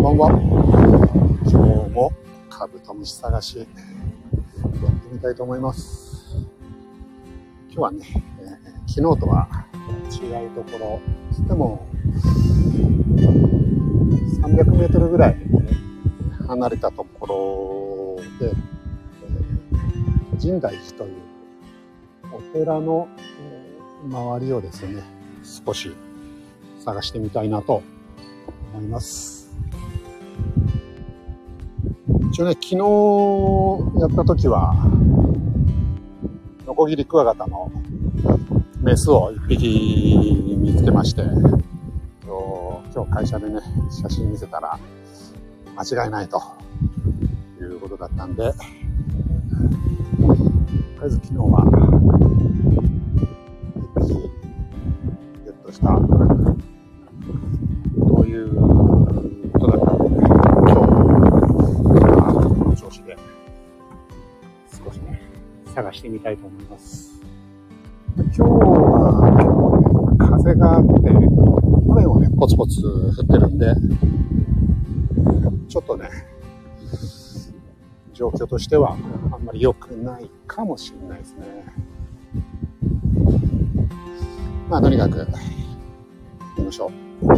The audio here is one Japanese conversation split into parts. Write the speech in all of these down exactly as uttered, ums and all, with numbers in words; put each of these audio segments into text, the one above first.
ばんは。今日もカブトムシ探しやってみたいと思います。今日はね、えー、昨日とは違うところ、つってもさんびゃくメートルぐらい離れたところで、えー、深大寺というお寺の周りをですね、少し探してみたいなと思います。一応ね、昨日やった時はノコギリクワガタのメスを一匹見つけまして、今日、今日会社でね写真見せたら間違いないということだったんで、とりあえず昨日は一匹ゲットしたということだったんで、ね、今日この調子で少しね探してみたいと思います。今日は結構ね風があって雨もねポツポツ降ってるんで、ちょっとね状況としてはあんまり良くないかもしれないですね。まあとにかく行きましょう。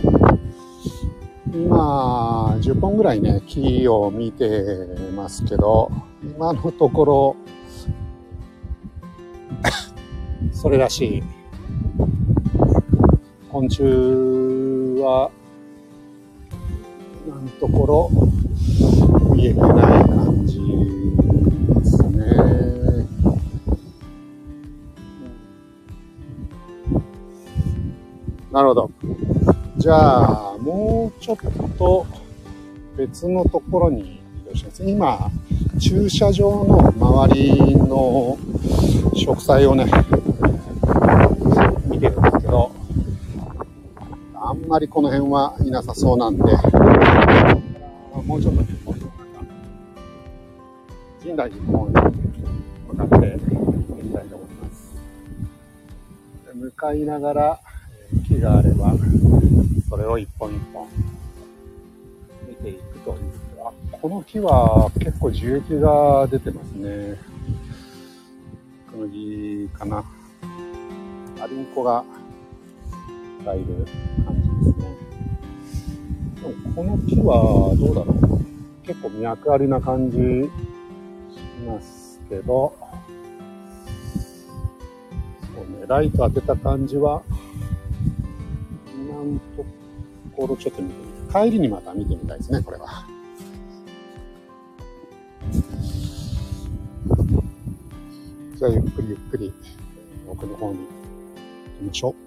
今じゅっぽんぐらいね木を見てますけど、今のところそれらしい昆虫は今のところ見えてない感じですね。なるほど。じゃあもうちょっと別のところに移動します。今駐車場の周りの植栽をね見てるんですけど、あんまりこの辺はいなさそうなんで、もうちょっとね深大寺の方に向かって行ってみたいと思います。向かいながら木があればそれを一本一本見ていくという。あ、この木は結構樹液が出てますね。クヌギかな。アリンコがだいぶ感じですね。でもこの木はどうだろう。結構脈ありな感じしますけど、そうね、ライト当てた感じは今のところちょっと見てみたい。帰りにまた見てみたいですね、これは。じゃあゆっくりゆっくり奥の方に行きましょう。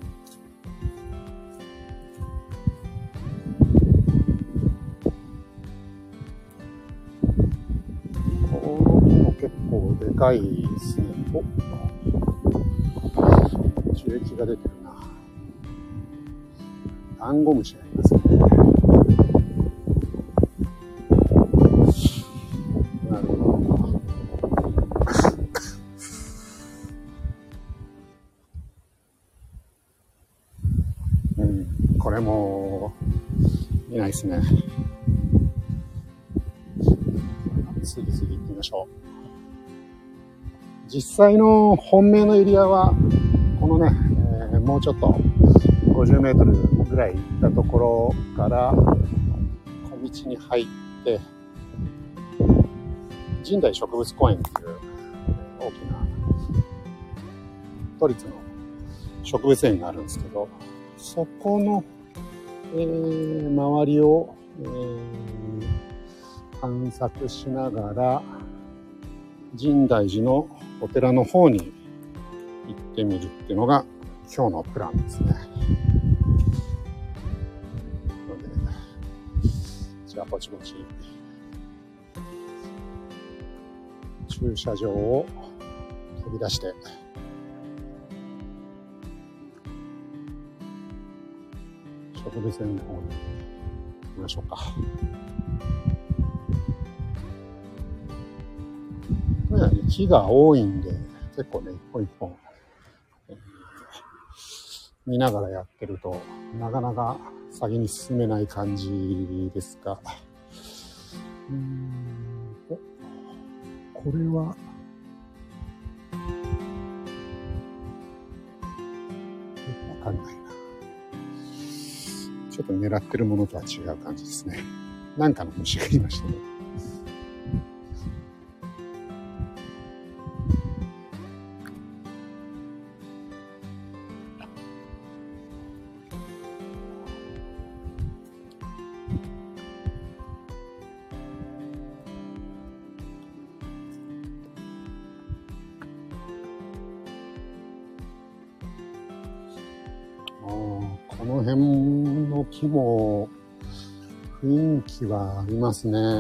この木も結構でかいですね。お、樹液が出てるな。ダンゴムシがいますね。なるほど。うん、これもいないですね。次々行ってみましょう。実際の本命のエリアはこのね、えー、もうちょっとごじゅうメートルぐらい行ったところから小道に入って深大植物公園という大きな都立の植物園があるんですけど、そこの、えー、周りを、えー、探索しながら深大寺のお寺の方に行ってみるっていうのが今日のプランですね。のでじゃあぼちぼち駐車場を飛び出して植物園の方に行きましょうか。木が多いんで結構ね一本一本、えー、見ながらやってるとなかなか先に進めない感じですが、 うーんと、これは、わかんないな。ちょっと狙ってるものとは違う感じですね。なんかの虫がいましたね。この辺の木も雰囲気はありますね。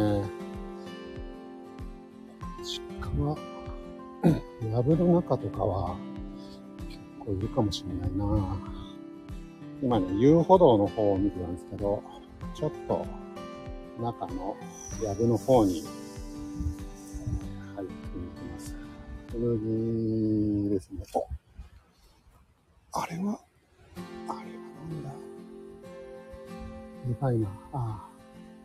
鹿は、藪の中とかは結構いるかもしれないな。今ね、遊歩道の方を見てたんですけど、ちょっと中の藪の方に入ってみてます。小麦ですね。お、あれはあれはなんだ。でかいな。ああ。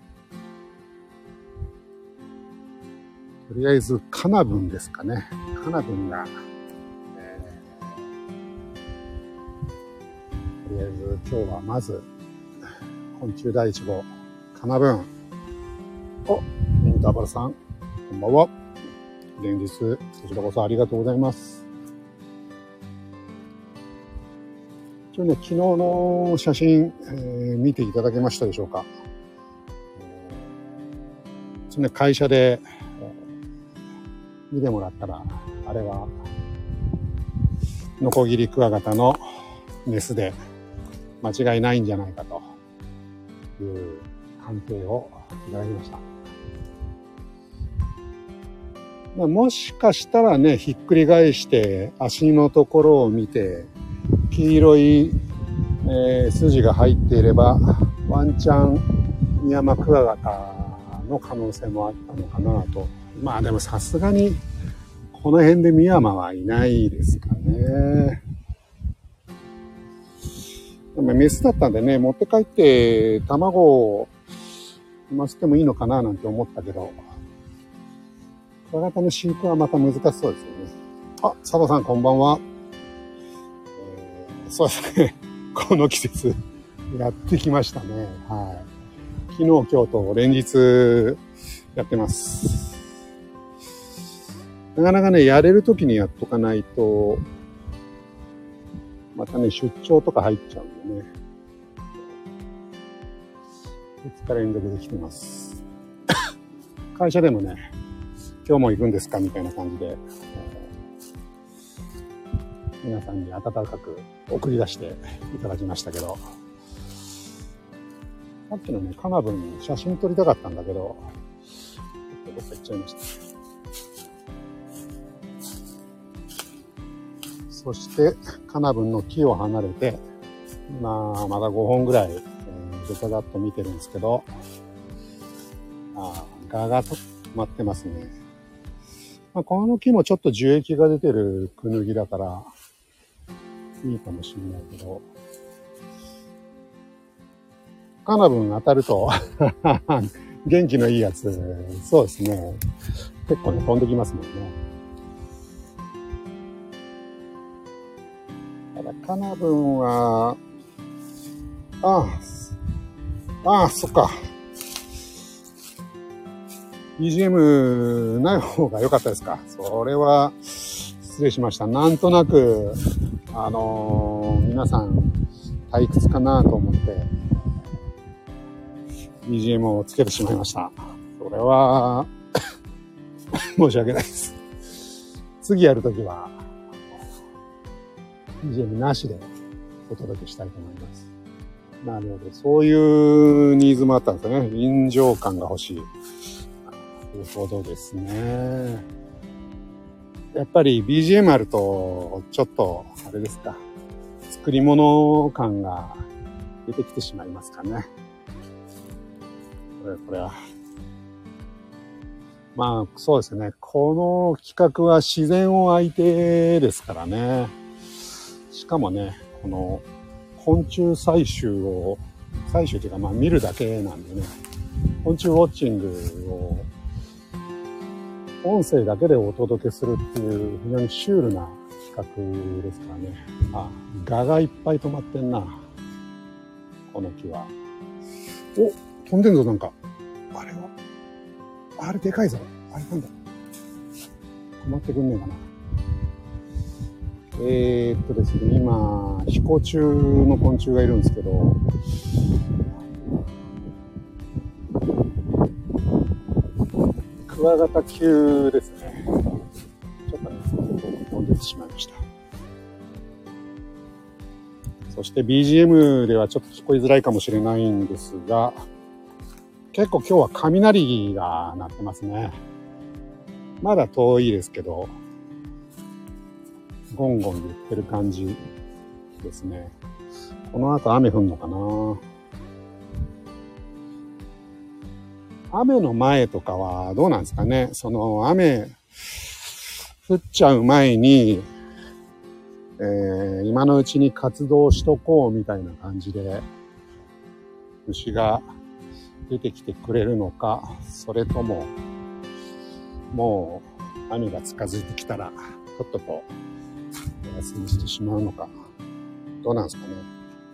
とりあえず、カナブンですかね。カナブンが、えー、とりあえず今日はまず、昆虫第一号、カナブン。お、インターバルさん、こんばんは。連日、こちらこそありがとうございます。一応ね、昨日の写真、えー、見ていただけましたでしょうか。えー、そのね、会社で、見てもらったら、あれはノコギリクワガタのメスで間違いないんじゃないかという判定をいただきました。まあ、もしかしたらね、ひっくり返して足のところを見て黄色い、えー、筋が入っていればワンチャンミヤマクワガタの可能性もあったのかなと。まあでもさすがにこの辺でミヤマはいないですかね。でもメスだったんでね、持って帰って卵を産ませてもいいのかななんて思ったけど、クワガタの飼育はまた難しそうですよね。あ、佐藤さんこんばんは。えー、そうですね。この季節やってきましたね。はい。昨日今日と連日やってます。なかなかね、やれるときにやっとかないと、またね、出張とか入っちゃうんでね。ふつか連続で来てます。会社でもね、今日も行くんですかみたいな感じで、えー、皆さんに温かく送り出していただきましたけど、さっきのね、カナブン写真撮りたかったんだけど、どっか行っちゃいました。そして、カナブンの木を離れて、今、まだごほんぐらい、えー、ずかっと見てるんですけど、あガが止まってますね。まあ、この木もちょっと樹液が出てるクヌギだから、いいかもしれないけど、カナブン当たると、元気のいいやつ、そうですね。結構ね、飛んできますもんね。カナブンは、ああ、ああ、そっか。ビージーエム ない方が良かったですか。それは、失礼しました。なんとなく、あのー、皆さん、退屈かなと思って、ビージーエム をつけてしまいました。それは、申し訳ないです。次やるときは、ビージーエム なしでお届けしたいと思います。なので、そういうニーズもあったんですよね。臨場感が欲しい。なるほどですね。やっぱり ビージーエム あると、ちょっと、あれですか。作り物感が出てきてしまいますかね。これ、これは。まあ、そうですね。この企画は自然を相手ですからね。しかもね、この昆虫採集を、採集というかまあ見るだけなんでね、昆虫ウォッチングを音声だけでお届けするっていう非常にシュールな企画ですからね。あ、蛾がいっぱい止まってんな。この木は。お、飛んでんぞ、なんか。あれはあれでかいぞ。あれなんだ。止まってくんねえかな。えー、っとですね、今、飛行中の昆虫がいるんですけど、クワガタ級ですね。ちょっとね、飛んでってしまいました。そして ビージーエム ではちょっと聞こえづらいかもしれないんですが、結構今日は雷が鳴ってますね。まだ遠いですけど、ゴンゴン言ってる感じですね。この後雨降んのかな。雨の前とかはどうなんですかね。その雨降っちゃう前に、えー、今のうちに活動しとこうみたいな感じで虫が出てきてくれるのか、それとももう雨が近づいてきたらとっととお休みしてしまうのか、どうなんですかね。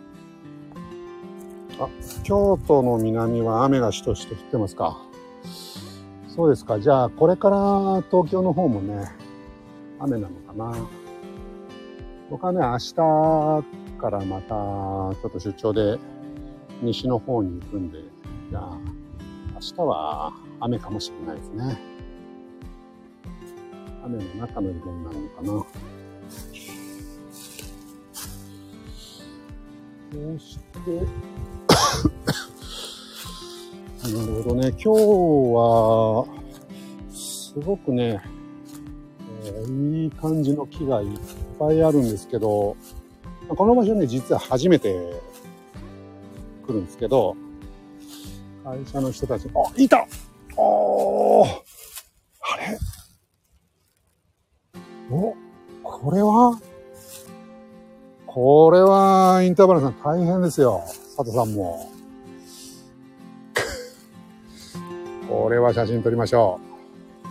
あ、京都の南は雨がしとしと降ってますか。そうですか。じゃあこれから東京の方もね雨なのかな。僕はね、明日からまたちょっと出張で西の方に行くんで、じゃあ明日は雨かもしれないですね。雨の中の移動になるのかな。そしてなるほどね。今日はすごくね、えー、いい感じの木がいっぱいあるんですけど、この場所ね、実は初めて来るんですけど、会社の人たち、あ、いた！おー！あれ？お、これはこれは、インターバルさん大変ですよ。佐藤さんも。これは写真撮りましょう。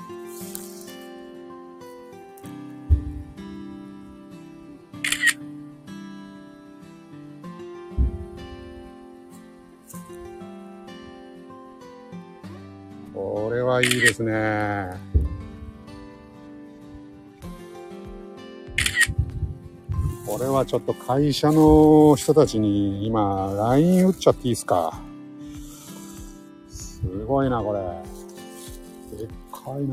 これはいいですね。これはちょっと会社の人たちに今 ライン 打っちゃっていいですか。すごいな、これ。でっかいな。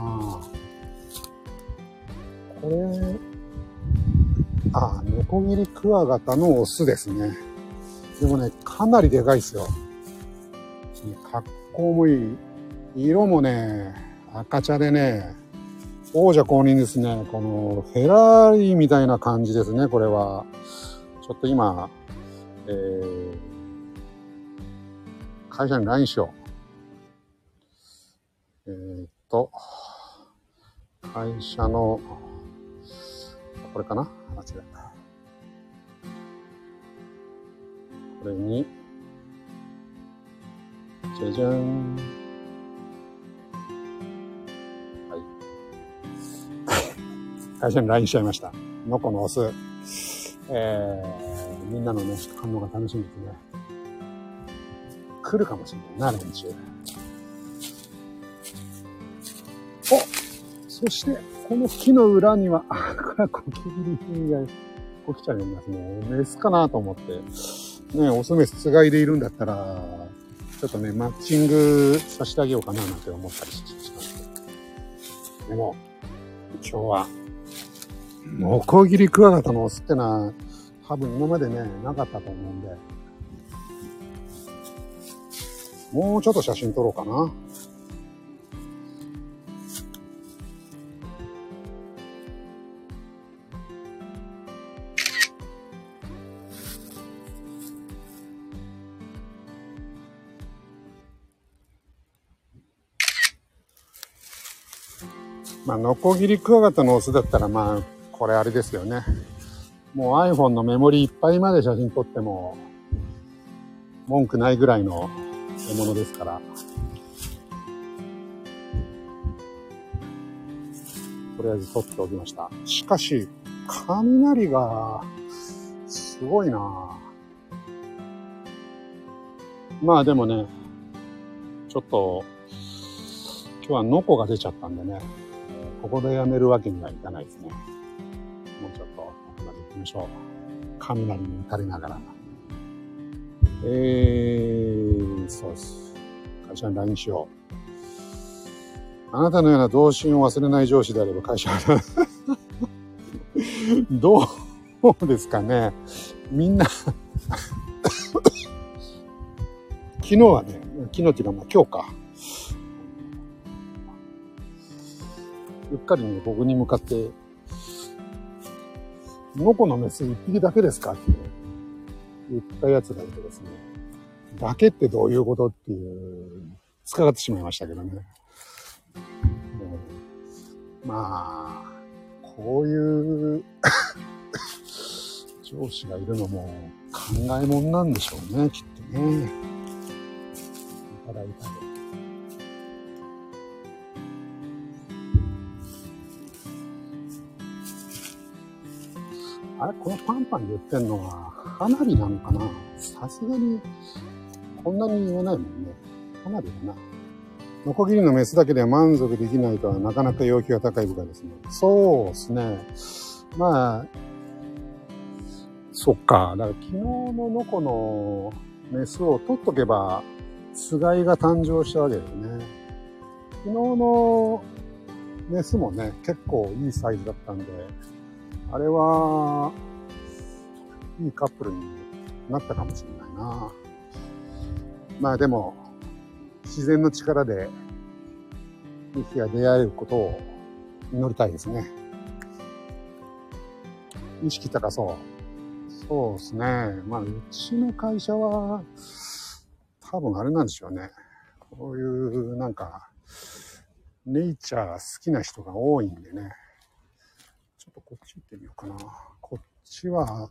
これ、あ、ノコギリクワガタのオスですね。でもね、かなりでかいですよ。格好もいい。色もね、赤茶でね、王者公認ですね。このフェラーリみたいな感じですね、これは。ちょっと今、えー、会社に ライン しよう。えー、っと、会社の、これかな？間違えた。これに、じゃじゃーん。会社に ライン しちゃいました。のこのオス。えー、みんなのね、反応が楽しみですね。来るかもしれないな、連中。お！そして、この木の裏には、あ、これはゴキブリが、ゴキちゃんがいますね。メスかなと思って。ね、オスメスつがいでいるんだったら、ちょっとね、マッチングさせてあげようかななんて思ったりしました。でも、今日は、ノコギリクワガタのオスってのは多分今までねなかったと思うんで、もうちょっと写真撮ろうかな。まあノコギリクワガタのオスだったら、まあこれあれですよね。もう iPhone のメモリいっぱいまで写真撮っても文句ないぐらいの獲物ですから。 とりあえず撮っておきました。しかし、雷が、すごいな。まあでもね、ちょっと、今日はノコが出ちゃったんでね、ここでやめるわけにはいかないですね。もうちょっと、ここまで行きましょう。雷に打たれながら。えー、そうです。会社に ライン しよう。あなたのような童心を忘れない上司であれば会社どうですかね。みんな昨日はね、昨日っていうかまあ今日か。うっかりね、僕に向かって、ノコのメス一匹だけですかって言ったやつがいてですね。だけってどういうことっていう、つかかってしまいましたけどね。まあ、こういう上司がいるのも考えもんなんでしょうね、きっとね。いただいたで。あれ、このパンパン言ってんのは花火なのかな。さすがにこんなに言わないもんね。花火だな。ノコギリのメスだけでは満足できないとはなかなか要求が高い部下ですね。そうですね。まあ、そっか。だから昨日のノコのメスを取っとけば、つがいが誕生したわけですね。昨日のメスもね、結構いいサイズだったんで、あれは、いいカップルになったかもしれないな。まあでも、自然の力でにひきが出会えることを祈りたいですね。意識高そう。そうですね。まあ、うちの会社は、多分あれなんでしょうね。こういうなんか、ネイチャー好きな人が多いんでね。ちょっとこっち行ってみようかな。こっちは、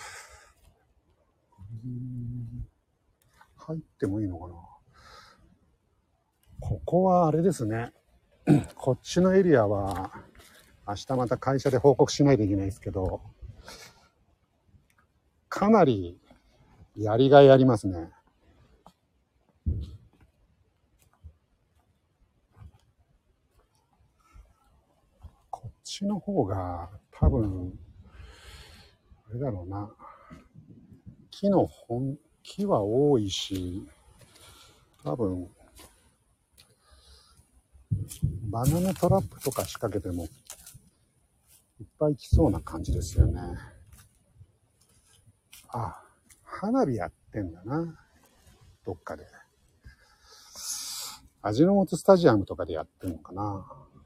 うーん、入ってもいいのかな。ここはあれですね。こっちのエリアは、明日また会社で報告しないといけないですけど、かなりやりがいありますね。こっちの方が多分、あれだろうな。木の本、木は多いし、多分、バナナトラップとか仕掛けても、いっぱい来そうな感じですよね。あ、花火やってんだな。どっかで。味の素スタジアムとかでやってんのかな。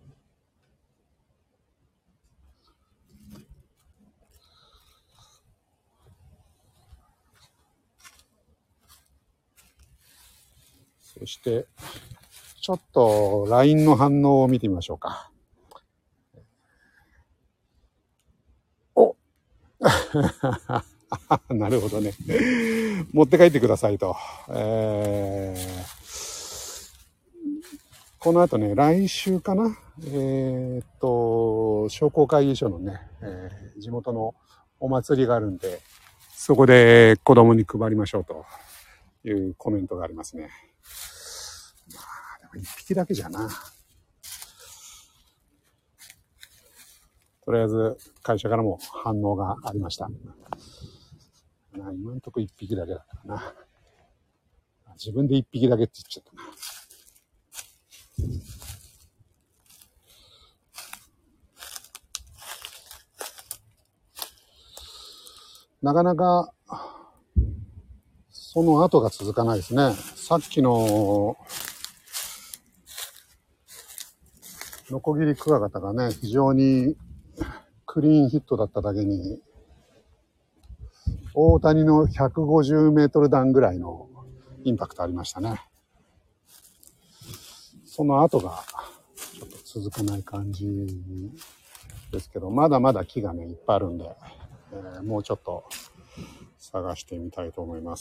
そして、ちょっと ライン の反応を見てみましょうか。おなるほどね。持って帰ってくださいと。えー、この後ね、来週かな。えー、っと、商工会議所のね、えー、地元のお祭りがあるんで、そこで子供に配りましょうというコメントがありますね。まあ、でも一匹だけじゃな。とりあえず会社からも反応がありました。今んとこ一匹だけだからな。自分で一匹だけって言っちゃったな。なかなかその後が続かないですね。さっきのノコギリクワガタがね、非常にクリーンヒットだっただけに、大谷のひゃくごじゅうメートル弾ぐらいのインパクトありましたね。その後がちょっと続かない感じですけど、まだまだ木がね、いっぱいあるんで、えー、もうちょっと探してみたいと思います。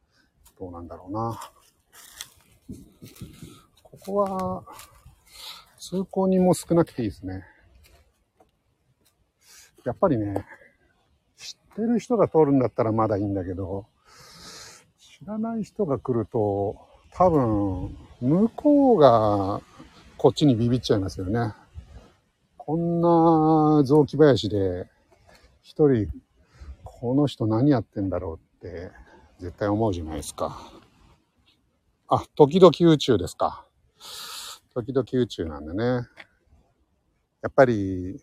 どうなんだろうな。ここは、 通行人も少なくていいですね。やっぱりね、知ってる人が通るんだったらまだいいんだけど、知らない人が来ると、多分、向こうがこっちにビビっちゃいますよね。こんな雑木林で、一人、この人何やってんだろうって絶対思うじゃないですか。あ、時々宇宙ですか。時々宇宙なんでね。やっぱり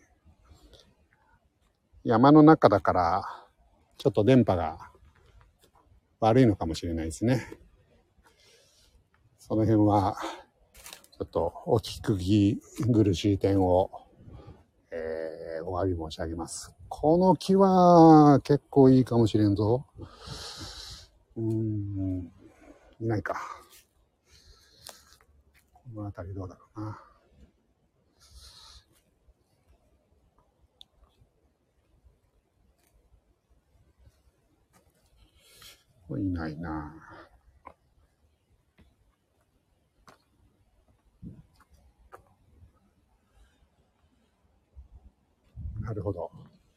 山の中だからちょっと電波が悪いのかもしれないですね。その辺はちょっとお聞き苦しい点を、えー、お詫び申し上げます。この木は結構いいかもしれんぞ。うーん、いないか。この辺りどうだろうな。いないな。なるほど。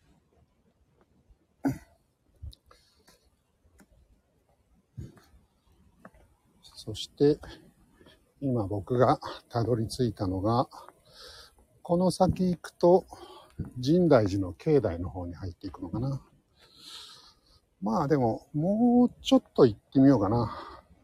そして今僕がたどり着いたのが、この先行くと深大寺の境内の方に入っていくのかな。まあでももうちょっと行ってみようかな。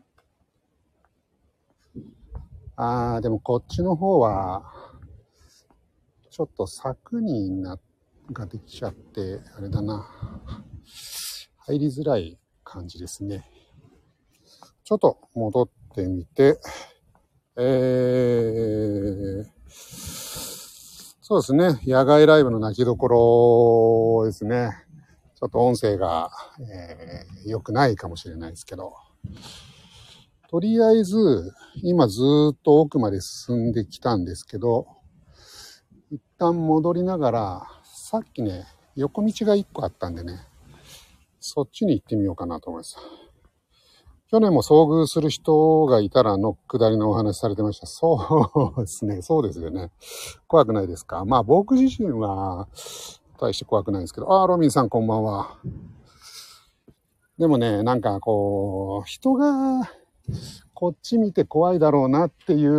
あーでもこっちの方はちょっと柵になができちゃってあれだな、入りづらい感じですね。ちょっと戻ってみて、えー、そうですね、野外ライブの泣きどころですね。ちょっと音声が、えー、良くないかもしれないですけど、とりあえず今ずっと奥まで進んできたんですけど、一旦戻りながら、さっきね横道が一個あったんでね、そっちに行ってみようかなと思います。去年も遭遇する人がいたらの下りのお話されてました。そうですね。そうですよね。怖くないですか？まあ僕自身は大して怖くないですけど。あー、ロミンさんこんばんは。でもね、なんかこう、人がこっち見て怖いだろうなっていう、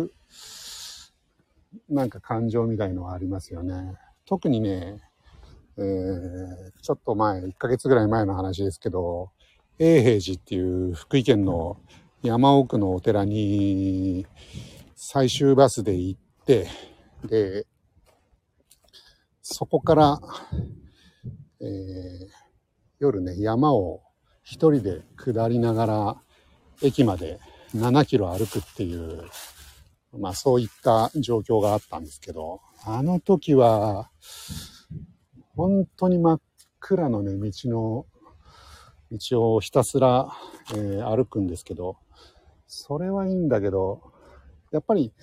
なんか感情みたいのはありますよね。特にね、えー、ちょっと前、いっかげつぐらい前の話ですけど、永平寺っていう福井県の山奥のお寺に最終バスで行って、で、そこから、えー、夜ね、山を一人で下りながら駅までななキロ歩くっていう、まあそういった状況があったんですけど、あの時は本当に真っ暗のね、道の道をひたすら、えー、歩くんですけど、それはいいんだけど、やっぱり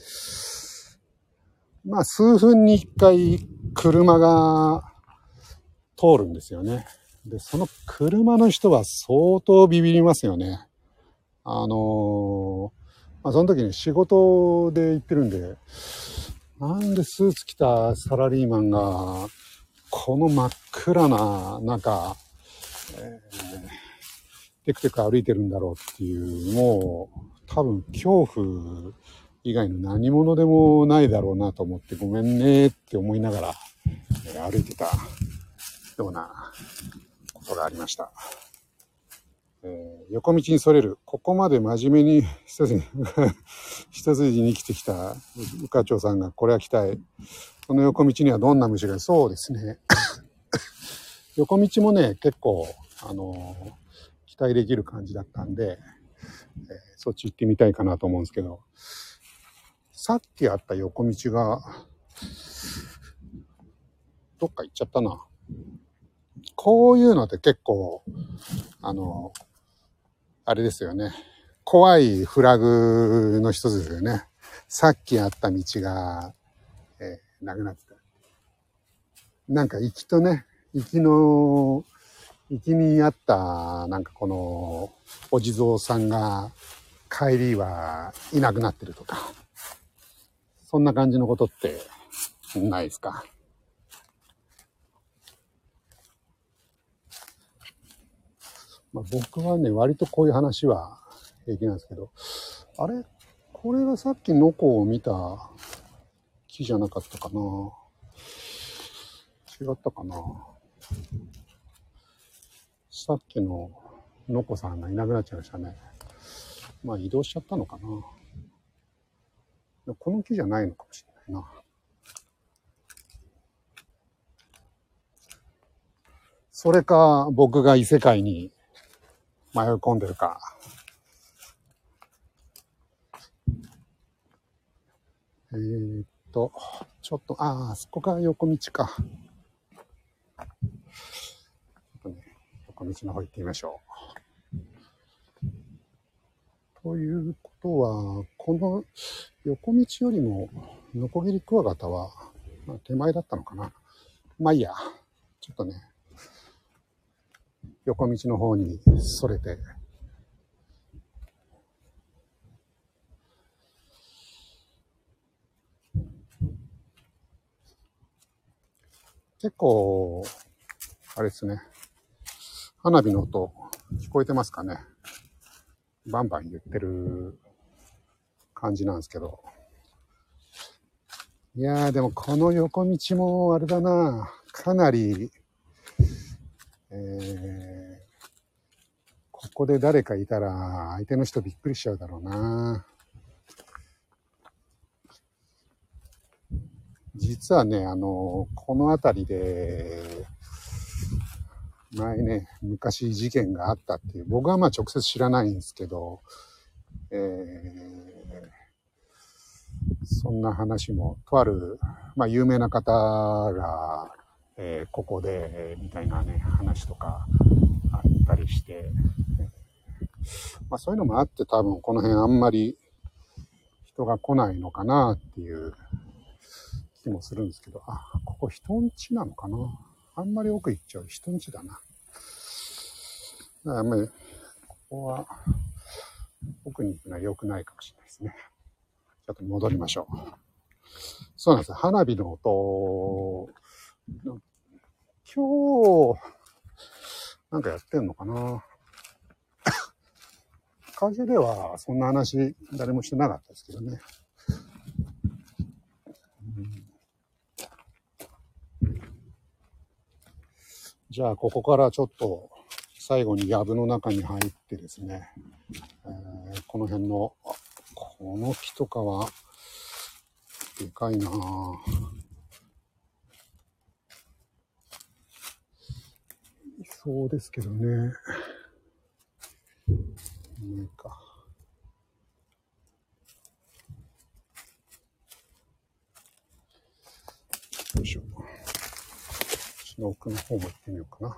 まあ数分に一回車が通るんですよね。で、その車の人は相当ビビりますよね。あのー、まあその時に仕事で行ってるんで、なんでスーツ着たサラリーマンがこの真っ暗な中、えー、テクテク歩いてるんだろうっていう、もう多分恐怖以外の何者でもないだろうなと思って、ごめんねって思いながら、えー、歩いてたようなことがありました。えー、横道にそれる。ここまで真面目に一筋一筋に生きてきたうかちょうさんが、これは期待。その横道にはどんな虫が、そうですね。横道もね、結構、あのー、期待できる感じだったんで、えー、そっち行ってみたいかなと思うんですけど、さっきあった横道が、どっか行っちゃったな。こういうのって結構、あのー、あれですよね。怖いフラグの一つですよね。さっきあった道が、えー、なくなってた。なんか行きとね、行きの、行きにあった、なんかこの、お地蔵さんが帰りはいなくなってるとか。 そんな感じのことってないですか？まあ、僕はね、割とこういう話は平気なんですけど、あれこれがさっきの子を見た木じゃなかったかな？違ったかな？さっきののこさんがいなくなっちゃいましたね。まあ移動しちゃったのかな。この木じゃないのかもしれないな。それか僕が異世界に迷い込んでるか。えー、っとちょっとああそこが横道か。ちょっとね、横道の方行ってみましょう。ということはこの横道よりもノコギリクワガタは、まあ、手前だったのかな。まあいいや、ちょっとね横道の方にそれて、結構あれですね、花火の音聞こえてますかね。バンバン言ってる感じなんですけど、いやーでもこの横道もあれだな、かなり、えー、ここで誰かいたら相手の人びっくりしちゃうだろうな。実はね、あのこの辺りで前ね、昔事件があったっていう、僕はまあ直接知らないんですけど、えー、そんな話もとある、まあ、有名な方が、えー、ここでみたいなね話とかあったりして、まあ、そういうのもあって多分この辺あんまり人が来ないのかなっていう気もするんですけど、あ、ここ人ん家なのかな。あんまり奥行っちゃう人ん家だな。だからあんまりここは奥に行くのは良くないかもしれないですね。ちょっと戻りましょう。そうなんですよ。花火の音、今日、なんかやってんのかな。会社ではそんな話誰もしてなかったですけどね。うん、じゃあ、ここからちょっと最後に藪の中に入ってですね、えー、この辺の、この木とかは、でかいなぁ。いそうですけどね。ないか。よいしょ。こっちの奥の方も行ってみようかな。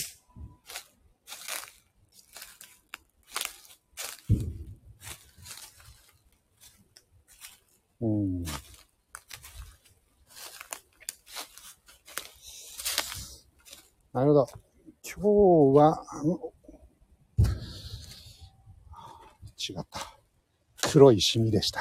うん。なるほど。今日は、違った。黒いシミでした。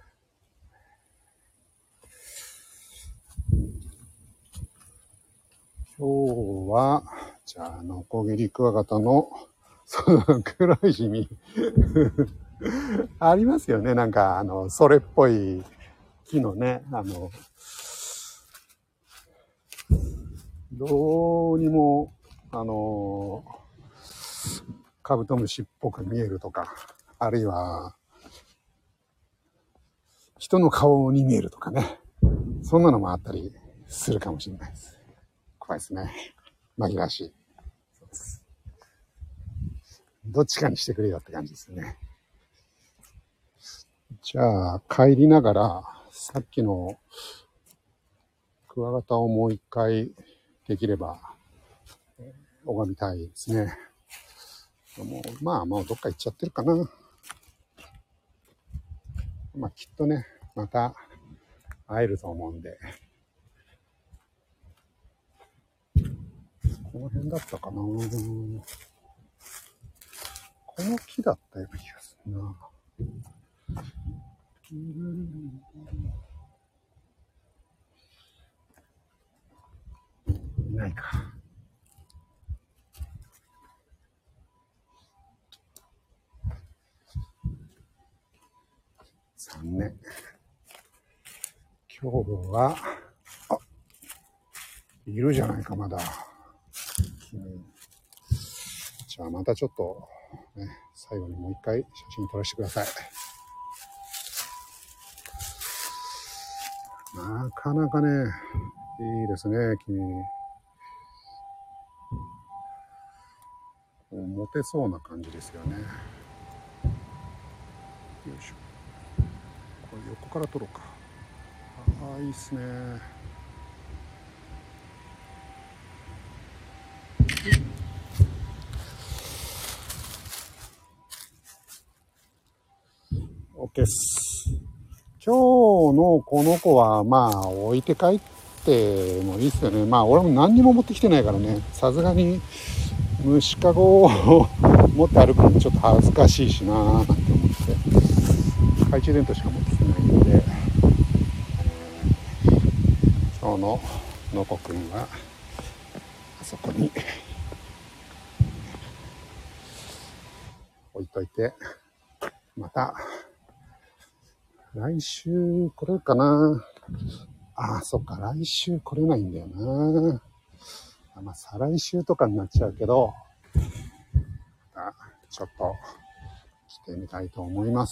今日は、じゃあ、ノコギリクワガタの、その黒いシミ。ありますよね。なんか、あの、それっぽい木のね、あの、どうにも、あの、カブトムシっぽく見えるとか、あるいは、人の顔に見えるとかね。そんなのもあったりするかもしれないです。怖いですね。紛らわしい。そうです。どっちかにしてくれよって感じですね。じゃあ、帰りながら、さっきのクワガタをもう一回できれば拝みたいですね。もうまあもうどっか行っちゃってるかな。まあきっとね、また会えると思うんで。この辺だったかな。この木だったような気がするな。 ないか。残念。今日は、あ、いるじゃないか、まだ。君。じゃあまたちょっと、ね、最後にもう一回写真撮らせてください。なかなかね、いいですね、君。モテそうな感じですよね。よいしょ。これ横から撮ろうか。ああ、いいっすね。OK っす。今日のこの子はまあ置いて帰ってもいいっすよね。まあ俺も何にも持ってきてないからね。さすがに虫かごを持って歩くのちょっと恥ずかしいしなーなんて思って、懐中電灯しか持ってきてないんで、今日ののこくんはあそこに置いといて、また来週来れるかな。ああ、そっか、来週来れないんだよな。まあ、再来週とかになっちゃうけど、またちょっと来てみたいと思います。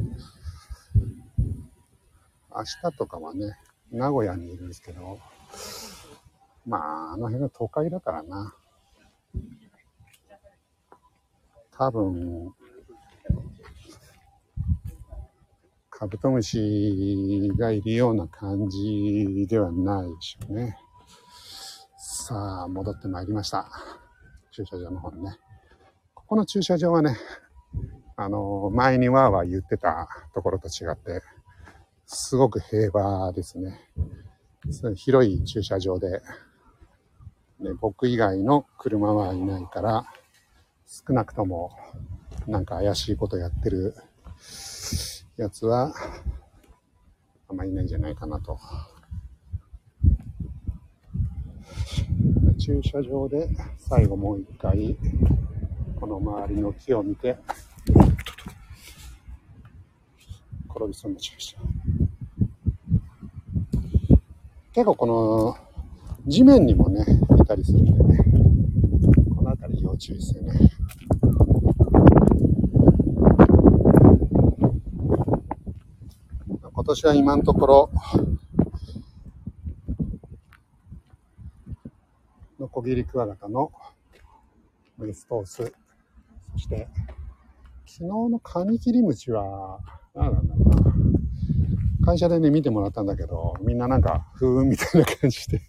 明日とかはね、名古屋にいるんですけど、まあ、あの辺が都会だからな。多分、カブトムシがいるような感じではないでしょうね。さあ、戻ってまいりました。駐車場の方にね。ここの駐車場はね、あの、前にわーわー言ってたところと違って、すごく平和ですね。広い駐車場で、ね、僕以外の車はいないから、少なくともなんか怪しいことやってるやつはあんまりいないんじゃないかなと。駐車場で最後もう一回この周りの木を見て転びそうになっちゃいました。結構この地面にもねいたりするんでね、この辺り要注意ですよね。今年は今のところノコギリクワガタのメストース、そして昨日のカミキリムシは何なんだろうな、会社でね見てもらったんだけど、みんななんかふーんみたいな感じで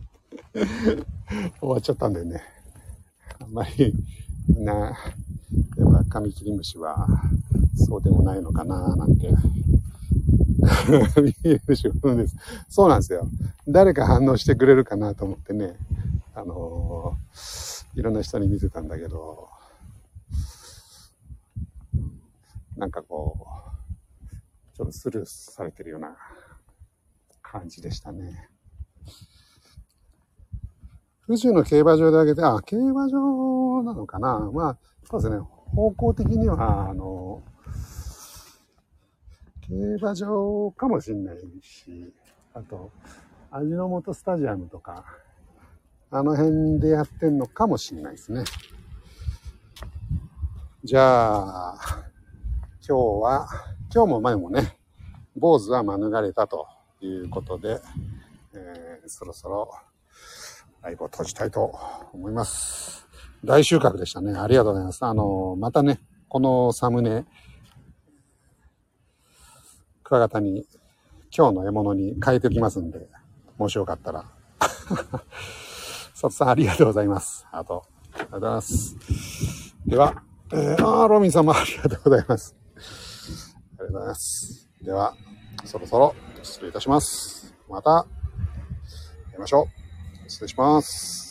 終わっちゃったんだよね。あんまりみんなやっぱカミキリムシはそうでもないのかななんてそうなんですよ。誰か反応してくれるかなと思ってね、あのー、いろんな人に見せたんだけど、なんかこうちょっとスルーされてるような感じでしたね。府中の競馬場であげて、あ、競馬場なのかな。まあそうですね、方向的にはあの競馬場かもしれないし、あと味の素スタジアムとかあの辺でやってんのかもしれないですね。じゃあ今日は今日も前もね坊主は免れたということで、えー、そろそろライブを閉じたいと思います。大収穫でしたね。ありがとうございます。あのまたねこのサムネクワガタに今日の獲物に変えておきますんで、もしよかったら佐藤さんありがとうございます。あとありがとうございます。では、えー、あーロミンさんもありがとうございます。ありがとうございます。ではそろそろ失礼いたします。また会いましょう。失礼します。